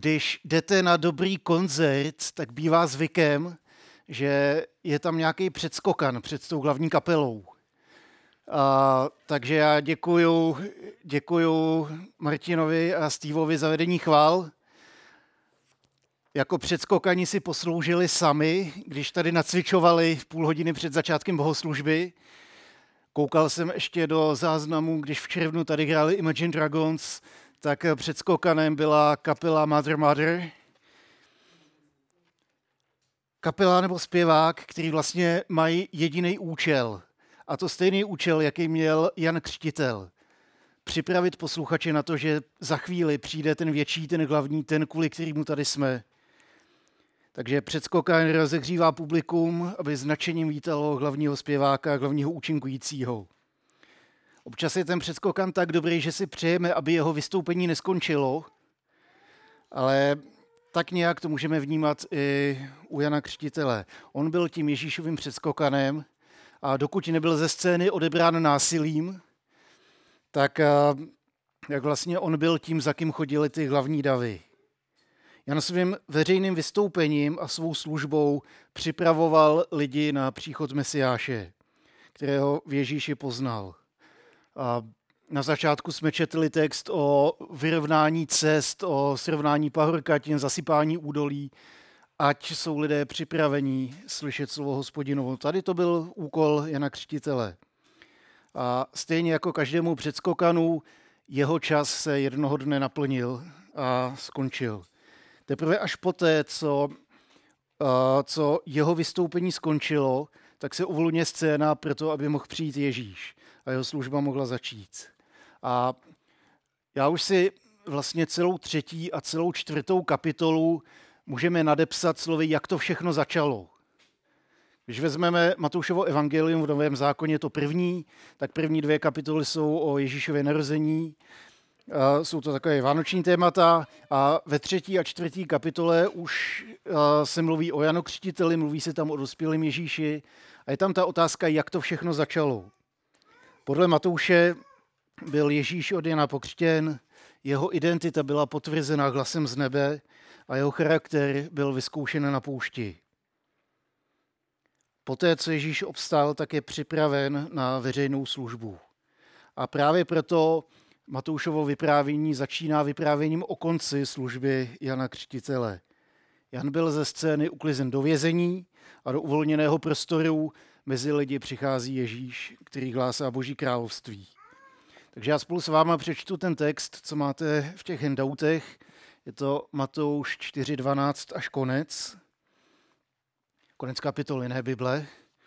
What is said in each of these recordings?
Když jdete na dobrý koncert, tak bývá zvykem, že je tam nějaký předskokan před tou hlavní kapelou. Takže já děkuju Martinovi a Steveovi za vedení chvál. Jako předskokani si posloužili sami, když tady nacvičovali v půl hodiny před začátkem bohoslužby. Koukal jsem ještě do záznamu, když v červnu tady hráli Imagine Dragons, tak předskokanem byla kapela Mother Mother. Kapela nebo zpěvák, který vlastně mají jediný účel. A to stejný účel, jaký měl Jan Křtitel. Připravit posluchače na to, že za chvíli přijde ten větší, ten hlavní, ten, kvůli kterému tady jsme. Takže předskokan rozehřívá publikum, aby značením vítalo hlavního zpěváka, hlavního účinkujícího. Občas je ten předskokan tak dobrý, že si přejeme, aby jeho vystoupení neskončilo, ale tak nějak to můžeme vnímat i u Jana Křtitele. On byl tím Ježíšovým předskokanem a dokud nebyl ze scény odebrán násilím, tak jak vlastně on byl tím, za kým chodili ty hlavní davy. Jan svým veřejným vystoupením a svou službou připravoval lidi na příchod Mesiáše, kterého v Ježíši poznal. A na začátku jsme četli text o vyrovnání cest, o srovnání pahorkatin, zasypání údolí, ať jsou lidé připraveni slyšet slovo Hospodinovo. Tady to byl úkol Jana Křtitele. A stejně jako každému předskokanu, jeho čas se jednoho dne naplnil a skončil. Teprve až poté, co jeho vystoupení skončilo, tak se uvolňuje scéna pro to, aby mohl přijít Ježíš a jeho služba mohla začít. A já už si vlastně celou 3. a celou 4. kapitolu můžeme nadepsat slovy, jak to všechno začalo. Když vezmeme Matoušovo evangelium v Novém zákoně, to první, tak první 2 kapitoly jsou o Ježíšově narození. Jsou to takové vánoční témata a ve 3. a 4. kapitole už se mluví o Janu Křtiteli, mluví se tam o dospělém Ježíši a je tam ta otázka, jak to všechno začalo. Podle Matouše byl Ježíš od Jana pokřtěn, jeho identita byla potvrzena hlasem z nebe a jeho charakter byl vyzkoušen na poušti. Poté, co Ježíš obstál, tak je připraven na veřejnou službu. A právě proto Matoušovo vyprávění začíná vyprávěním o konci služby Jana Křtitele. Jan byl ze scény uklizen do vězení a do uvolněného prostoru mezi lidi přichází Ježíš, který hlásá Boží království. Takže já spolu s váma přečtu ten text, co máte v těch handoutech. Je to Matouš 4.12 až konec. Konec kapitoly, ne Bible.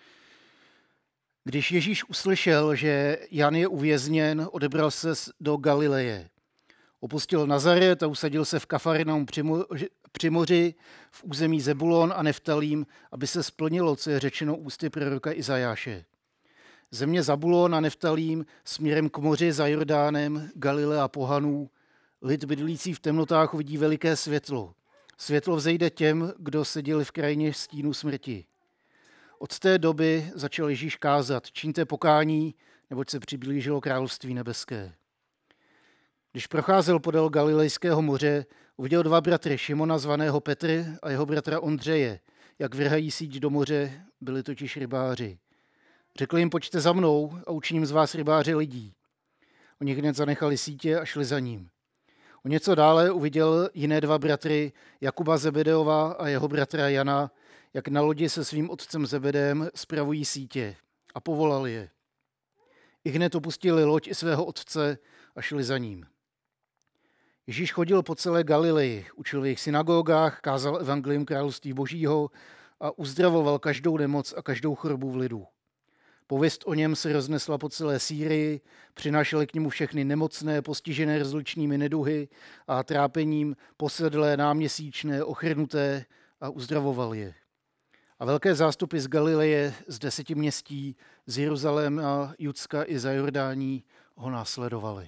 Když Ježíš uslyšel, že Jan je uvězněn, odebral se do Galileje. Opustil Nazaret a usadil se v Kafarnaum při moři v území Zebulon a Neftalím, aby se splnilo, co je řečeno ústy proroka Izajáše. Země Zabulon a Neftalím směrem k moři za Jordánem, Galilea pohanů, lid bydlící v temnotách uvidí veliké světlo. Světlo vzejde těm, kdo seděli v krajině stínu smrti. Od té doby začal Ježíš kázat, čiňte pokání, neboť se přiblížilo království nebeské. Když procházel podél Galilejského moře, uviděl 2 bratry, Šimona zvaného Petr a jeho bratra Ondřeje, jak vrhají síť do moře, byli totiž rybáři. Řekl jim, pojďte za mnou a učiním z vás rybáře lidí. Oni hned zanechali sítě a šli za ním. O něco dále uviděl jiné 2 bratry, Jakuba Zebedeova a jeho bratra Jana, jak na lodi se svým otcem Zebedem spravují sítě a povolali je. I hned opustili loď i svého otce a šli za ním. Ježíš chodil po celé Galileji, učil v jejich synagogách, kázal evangelium království Božího a uzdravoval každou nemoc a každou chorobu v lidu. Pověst o něm se roznesla po celé Sýrii, přinášeli k němu všechny nemocné, postižené rozličnými neduhy a trápením, posedlé, náměsíčné, ochrnuté a uzdravoval je. A velké zástupy z Galileje, z 10 městí, z Jeruzaléma, Judska i za Jordání ho následovali.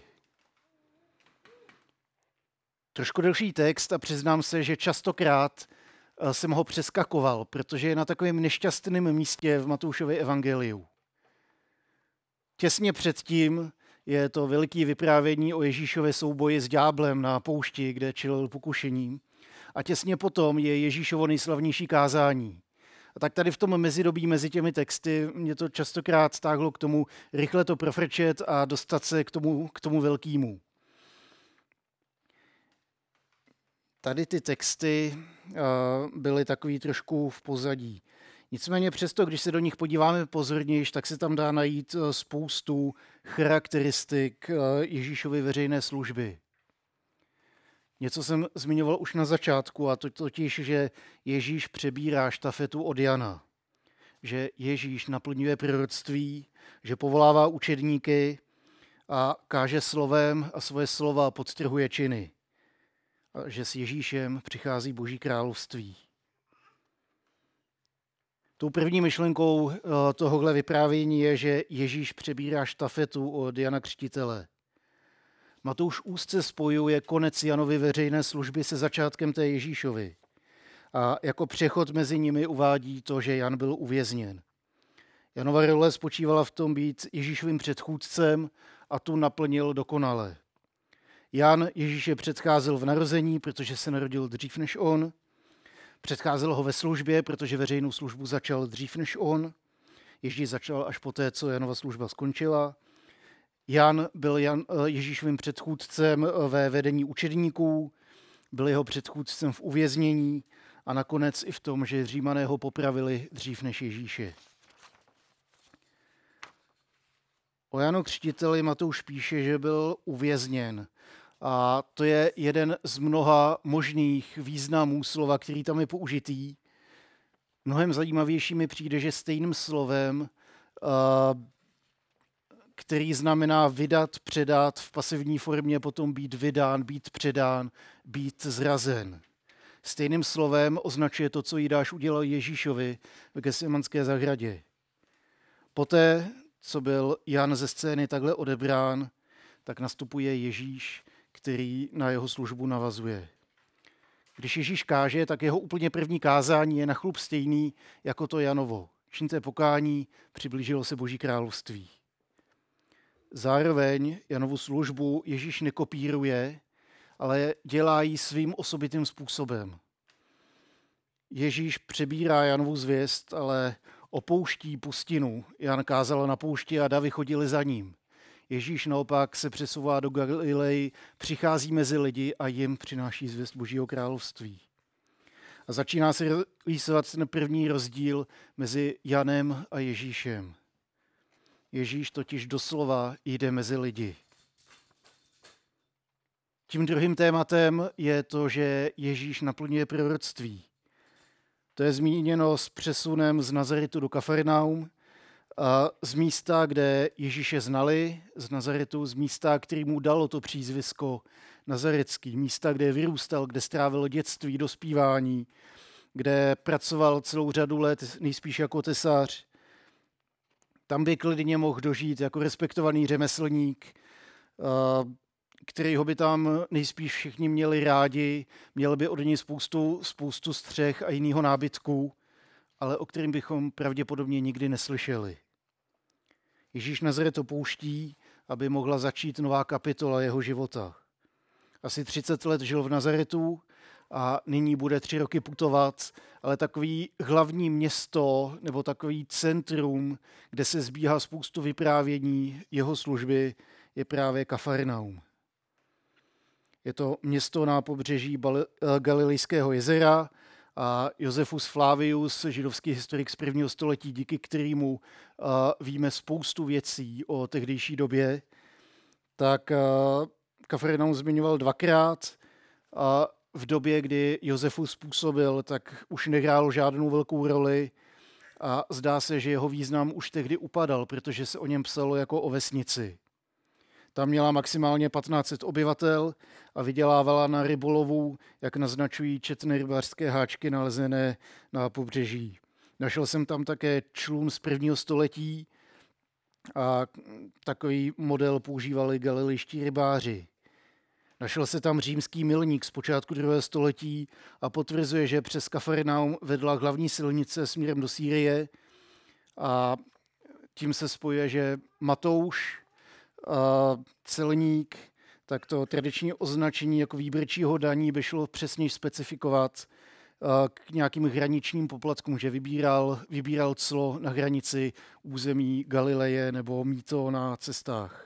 Trošku delší text a přiznám se, že častokrát jsem ho přeskakoval, protože je na takovém nešťastném místě v Matoušově evangeliu. Těsně předtím je to velké vyprávění o Ježíšově souboji s ďáblem na poušti, kde čelil pokušením. a těsně potom je Ježíšovo nejslavnější kázání. A tak tady v tom mezidobí mezi těmi texty mě to častokrát stáhlo k tomu rychle to profrčet a dostat se k tomu velkému. Tady ty texty byly takový trošku v pozadí. Nicméně přesto, když se do nich podíváme pozorněji, tak se tam dá najít spoustu charakteristik Ježíšovy veřejné služby. Něco jsem zmiňoval už na začátku, a to totiž, že Ježíš přebírá štafetu od Jana. Že Ježíš naplňuje proroctví, že povolává učedníky a káže slovem a svoje slova podtrhuje činy. A že s Ježíšem přichází Boží království. Tou první myšlenkou tohohle vyprávění je, že Ježíš přebírá štafetu od Jana Křtitele. Matouš úzce spojuje konec Janovy veřejné služby se začátkem té Ježíšovy. A jako přechod mezi nimi uvádí to, že Jan byl uvězněn. Janova role spočívala v tom být Ježíšovým předchůdcem a tu naplnil dokonale. Jan Ježíše předcházel v narození, protože se narodil dřív než on. Předcházel ho ve službě, protože veřejnou službu začal dřív než on. Ježíš začal až poté, co Janova služba skončila. Jan byl Ježíšovým předchůdcem ve vedení učedníků, byl jeho předchůdcem v uvěznění a nakonec i v tom, že Římané ho popravili dřív než Ježíše. O Janu Křtiteli Matouš píše, že byl uvězněn. A to je jeden z mnoha možných významů slova, který tam je použitý. Mnohem zajímavější mi přijde, že stejným slovem, který znamená vydat, předat, v pasivní formě potom být vydán, být předán, být zrazen. Stejným slovem označuje to, co Jidáš udělal Ježíšovi v Getsemanské zahradě. Poté, co byl Jan ze scény takhle odebrán, tak nastupuje Ježíš, který na jeho službu navazuje. Když Ježíš káže, tak jeho úplně první kázání je na chlup stejný jako to Janovo. Čiňte pokání, přiblížilo se Boží království. Zároveň Janovu službu Ježíš nekopíruje, ale dělá ji svým osobitým způsobem. Ježíš přebírá Janovu zvěst, ale opouští pustinu. Jan kázal na poušti a davy chodili za ním. Ježíš naopak se přesouvá do Galileji, přichází mezi lidi a jim přináší zvěst Božího království. A začíná se rýsovat ten první rozdíl mezi Janem a Ježíšem. Ježíš totiž doslova jde mezi lidi. Tím druhým tématem je to, že Ježíš naplňuje proroctví. To je zmíněno s přesunem z Nazaretu do Kafarnaum, a z místa, kde Ježíše znali, z Nazaretu, z místa, který mu dalo to přízvisko nazarecký, místa, kde vyrůstal, kde strávil dětství, dospívání, kde pracoval celou řadu let, nejspíš jako tesař. Tam by klidně mohl dožít jako respektovaný řemeslník, kterýho by tam nejspíš všichni měli rádi, měli by od něj spoustu střech a jiného nábytku, ale o kterým bychom pravděpodobně nikdy neslyšeli. Ježíš Nazaret opouští, aby mohla začít nová kapitola jeho života. Asi 30 let žil v Nazaretu a nyní bude 3 roky putovat, ale takový hlavní město nebo takový centrum, kde se sbíhá spoustu vyprávění jeho služby, je právě Kafarnaum. Je to město na pobřeží Galilejského jezera a Josefus Flavius, židovský historik z 1. století, díky kterému víme spoustu věcí o tehdejší době, tak Kafarnaum zmiňoval 2krát a v době, kdy Josefus působil, tak už nehrálo žádnou velkou roli a zdá se, že jeho význam už tehdy upadal, protože se o něm psalo jako o vesnici. Tam měla maximálně 1500 obyvatel a vydělávala na rybolovu, jak naznačují četné rybářské háčky nalezené na pobřeží. Našel jsem tam také člun z 1. století a takový model používali galilejští rybáři. Našel se tam římský milník z počátku 2. století a potvrzuje, že přes Kafarnaum vedla hlavní silnice směrem do Sýrie a tím se spojuje, že Matouš, celník, tak to tradiční označení jako výběrčího daní by šlo přesně specifikovat k nějakým hraničním poplatkům, že vybíral clo na hranici území Galileje nebo mýto na cestách.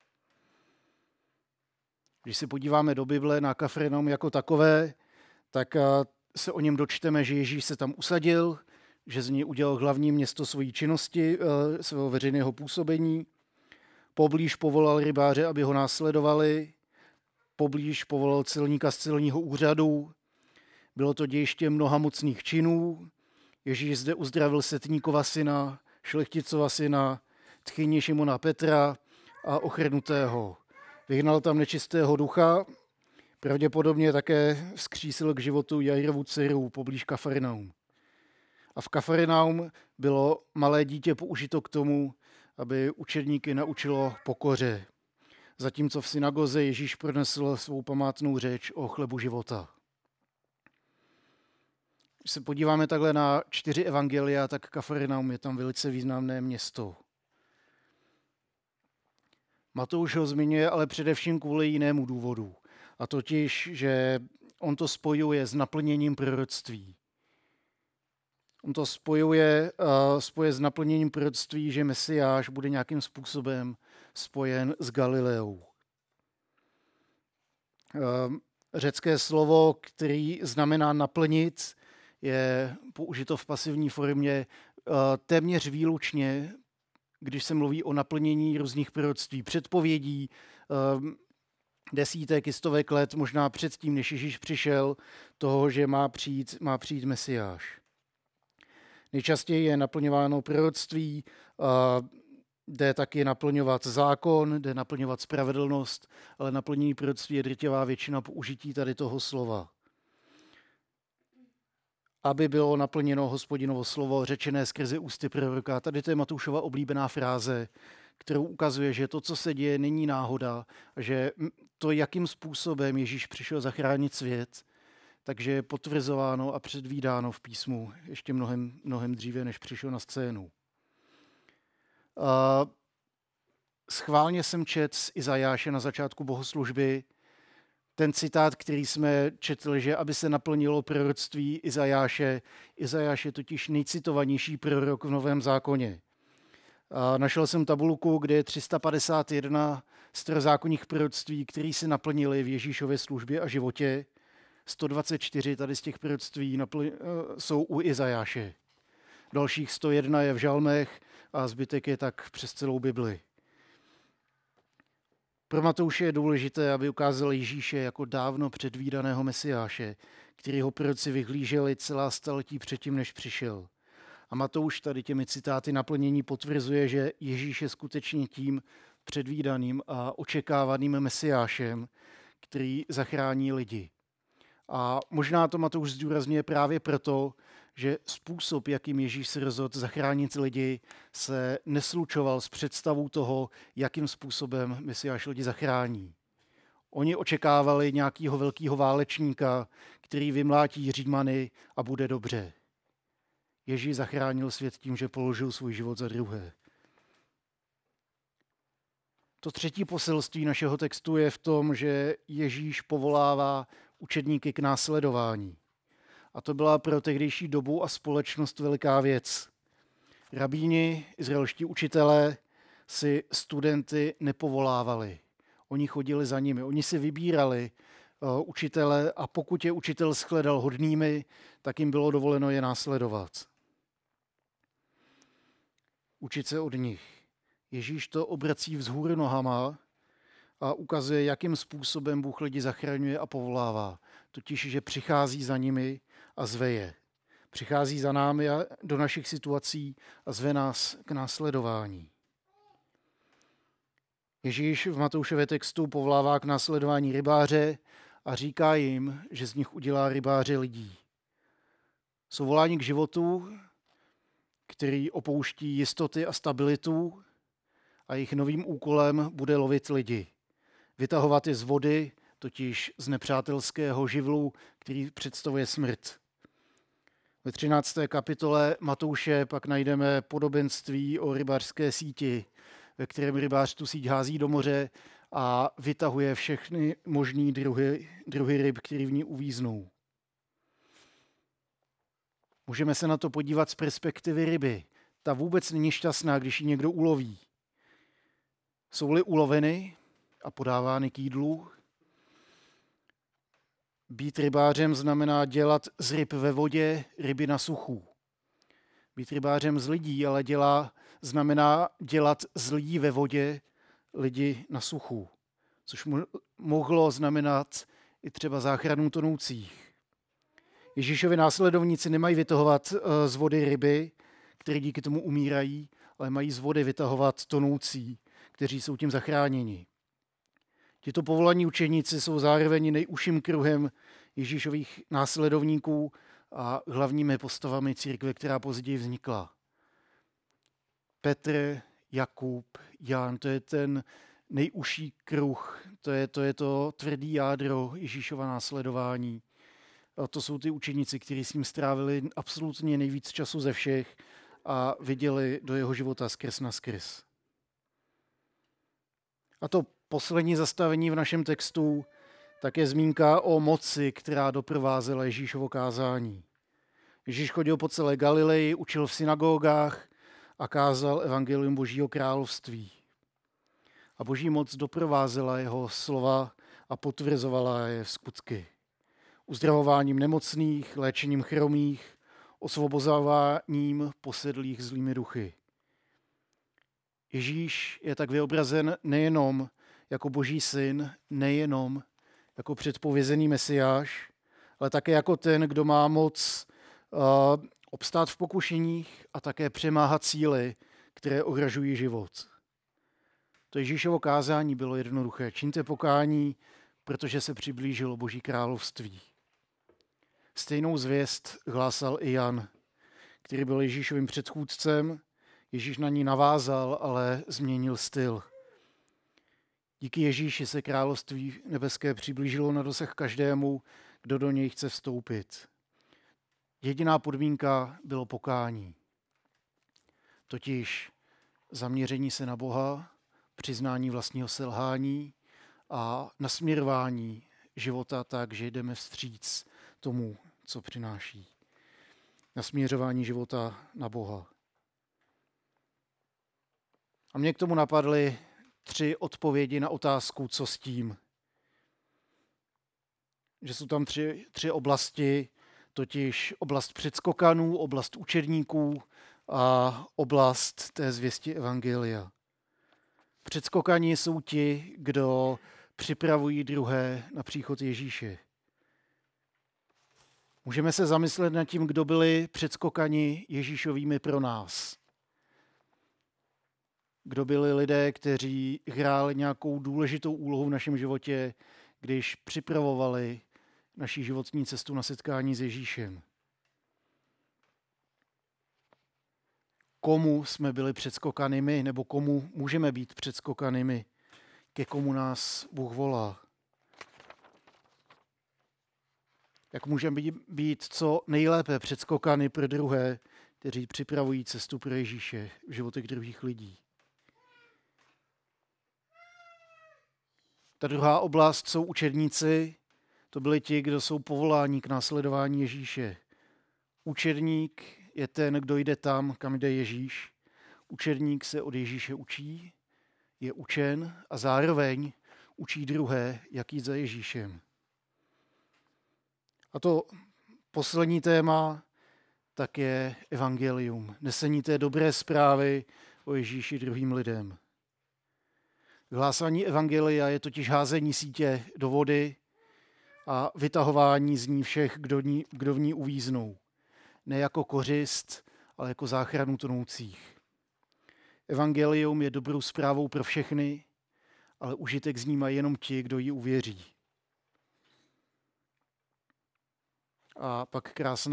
Když se podíváme do Bible na Kafarnaum jako takové, tak se o něm dočteme, že Ježíš se tam usadil, že z něj udělal hlavní město svojí činnosti, svého veřejného působení. Poblíž povolal rybáře, aby ho následovali. Poblíž povolal celníka z celního úřadu. Bylo to dějiště mnoha mocných činů. Ježíš zde uzdravil setníkova syna, šlechticova syna, tchyni Šimona Petra a ochrnutého. Vyhnal tam nečistého ducha, pravděpodobně také vzkřísil k životu Jairovu dceru poblíž Kafarnaum. A v Kafarnaum bylo malé dítě použito k tomu, aby učedníky naučilo pokoře. Zatímco v synagoze Ježíš pronesl svou památnou řeč o chlebu života. Když se podíváme takhle na 4 evangelia, tak Kafarnaum je tam velice významné město. Matouš ho zmiňuje ale především kvůli jinému důvodu. A totiž, že on to spojuje s naplněním proroctví. On to spojuje s naplněním proroctví, že Mesiáš bude nějakým způsobem spojen s Galileou. Řecké slovo, který znamená naplnit, je použito v pasivní formě téměř výlučně, když se mluví o naplnění různých proroctví, předpovědí, desítek i stovek let, možná předtím, než Ježíš přišel, toho, že má přijít Mesiáš. Nejčastěji je naplňováno proroctví, jde taky naplňovat zákon, jde naplňovat spravedlnost, ale naplnění proroctví je drtivá většina použití tady toho slova. Aby bylo naplněno Hospodinovo slovo řečené skrze ústy proroka. Tady to je Matoušova oblíbená fráze, kterou ukazuje, že to, co se děje, není náhoda, že to, jakým způsobem Ježíš přišel zachránit svět, takže je potvrzováno a předvídáno v písmu ještě mnohem dříve, než přišel na scénu. Schválně jsem četl z Izajáše na začátku bohoslužby ten citát, který jsme četli, že aby se naplnilo proroctví Izajáše. Izajáš je totiž nejcitovanější prorok v Novém zákoně. Našel jsem tabulku, kde je 351 starozákonních proroctví, které se naplnily v Ježíšově službě a životě. 124 tady z těch proroctví jsou u Izajáše. Dalších 101 je v žalmech a zbytek je tak přes celou Bibli. Pro Matouše je důležité, aby ukázal Ježíše jako dávno předvídaného Mesiáše, kterýho proroci vyhlíželi celá staletí předtím, než přišel. A Matouš tady těmi citáty naplnění potvrzuje, že Ježíš je skutečně tím předvídaným a očekávaným Mesiášem, který zachrání lidi. A možná to Matouš zdůrazňuje právě proto, že způsob, jakým Ježíš se rozhodl zachránit lidi, se neslučoval s představou toho, jakým způsobem Mesiáš lidi zachrání. Oni očekávali nějakého velkého válečníka, který vymlátí Římany a bude dobře. Ježíš zachránil svět tím, že položil svůj život za druhé. To třetí poselství našeho textu je v tom, že Ježíš povolává učedníky k následování. A to byla pro tehdejší dobu a společnost veliká věc. Rabíni, izraelští učitelé, si studenty nepovolávali. Oni chodili za nimi, oni si vybírali učitele a pokud je učitel shledal hodnými, tak jim bylo dovoleno je následovat. Učit se od nich. Ježíš to obrací vzhůru nohama a ukazuje, jakým způsobem Bůh lidi zachraňuje a povolává. Totiž, že přichází za nimi a zve je. Přichází za námi do našich situací a zve nás k následování. Ježíš v Matoušově textu povolává k následování rybáře a říká jim, že z nich udělá rybáře lidí. Jsou voláni k životu, který opouští jistoty a stabilitu a jejich novým úkolem bude lovit lidi. Vytahovat je z vody, totiž z nepřátelského živlu, který představuje smrt. Ve 13. kapitole Matouše pak najdeme podobenství o rybářské síti, ve kterém rybář tu síť hází do moře a vytahuje všechny možný druhy ryb, které v ní uvíznou. Můžeme se na to podívat z perspektivy ryby. Ta vůbec není šťastná, když ji někdo uloví. Jsou-li uloveny a podávány k jídlu, být rybářem znamená dělat z ryb ve vodě ryby na suchu. Být rybářem z lidí ale znamená dělat z lidí ve vodě lidi na suchu. Což mohlo znamenat i třeba záchranu tonoucích. Ježíšovi následovníci nemají vytahovat z vody ryby, které díky tomu umírají, ale mají z vody vytahovat tonoucí, kteří jsou tím zachráněni. Tito povolaní učeníci jsou zároveň nejužším kruhem Ježíšových následovníků a hlavními postavami církve, která později vznikla. Petr, Jakub, Jan, to je ten nejužší kruh, to je to tvrdý jádro Ježíšova následování. A to jsou ty učeníci, kteří s ním strávili absolutně nejvíc času ze všech a viděli do jeho života skrz na skrz. A to poslední zastavení v našem textu tak je zmínka o moci, která doprovázela Ježíšovo kázání. Ježíš chodil po celé Galileji, učil v synagogách a kázal evangelium Božího království. A Boží moc doprovázela jeho slova a potvrzovala je skutky. Uzdravováním nemocných, léčením chromých, osvobozováním posedlých zlými duchy. Ježíš je tak vyobrazen nejenom jako Boží syn, nejenom jako předpovězený Mesiáš, ale také jako ten, kdo má moc obstát v pokušeních a také přemáhat síly, které ohrožují život. To Ježíšovo kázání bylo jednoduché. Čiňte pokání, protože se přiblížilo Boží království. Stejnou zvěst hlásal i Jan, který byl Ježíšovým předchůdcem. Ježíš na ní navázal, ale změnil styl. Díky Ježíši se království nebeské přiblížilo na dosah každému, kdo do něj chce vstoupit. Jediná podmínka bylo pokání. Totiž zaměření se na Boha, přiznání vlastního selhání a nasměrování života tak, že jdeme vstříc tomu, co přináší. Nasměřování života na Boha. A mě k tomu napadly 3 odpovědi na otázku, co s tím. Že jsou tam 3 oblasti, totiž oblast předskokanů, oblast učedníků a oblast té zvěsti evangelia. Předskokaní jsou ti, kdo připravují druhé na příchod Ježíše. Můžeme se zamyslet nad tím, kdo byli předskokani Ježíšovými pro nás. Kdo byli lidé, kteří hráli nějakou důležitou úlohu v našem životě, když připravovali naši životní cestu na setkání s Ježíšem. Komu jsme byli předskokany my, nebo komu můžeme být předskokany my, ke komu nás Bůh volá. Jak můžeme být co nejlépe předskokany pro druhé, kteří připravují cestu pro Ježíše v životech druhých lidí. Ta druhá oblast jsou učedníci, to byli ti, kdo jsou povoláni k následování Ježíše. Učedník je ten, kdo jde tam, kam jde Ježíš. Učedník se od Ježíše učí, je učen a zároveň učí druhé, jak jít za Ježíšem. A to poslední téma tak je evangelium, nesení té dobré zprávy o Ježíši druhým lidem. Hlásání evangelia je totiž házení sítě do vody a vytahování z ní všech, kdo v ní uvíznou. Ne jako kořist, ale jako záchranu tonoucích. Evangelium je dobrou zprávou pro všechny, ale užitek z ní mají jenom ti, kdo ji uvěří. A pak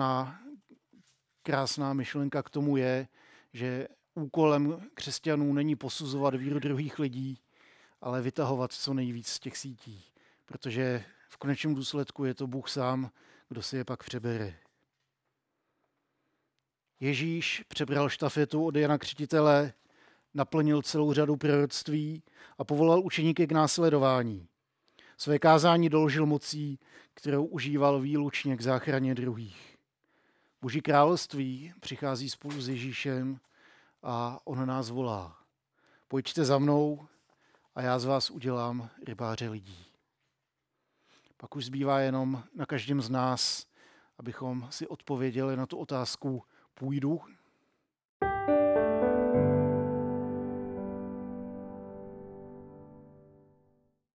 krásná myšlenka k tomu je, že úkolem křesťanů není posuzovat víru druhých lidí, ale vytahovat co nejvíc z těch sítí, protože v konečném důsledku je to Bůh sám, kdo si je pak přebere. Ježíš přebral štafetu od Jana Křtitele, naplnil celou řadu proroctví a povolal učeníky k následování. Své kázání doložil mocí, kterou užíval výlučně k záchraně druhých. Boží království přichází spolu s Ježíšem a on nás volá. Pojďte za mnou a já z vás udělám rybáře lidí. Pak už zbývá jenom na každém z nás, abychom si odpověděli na tu otázku, půjdu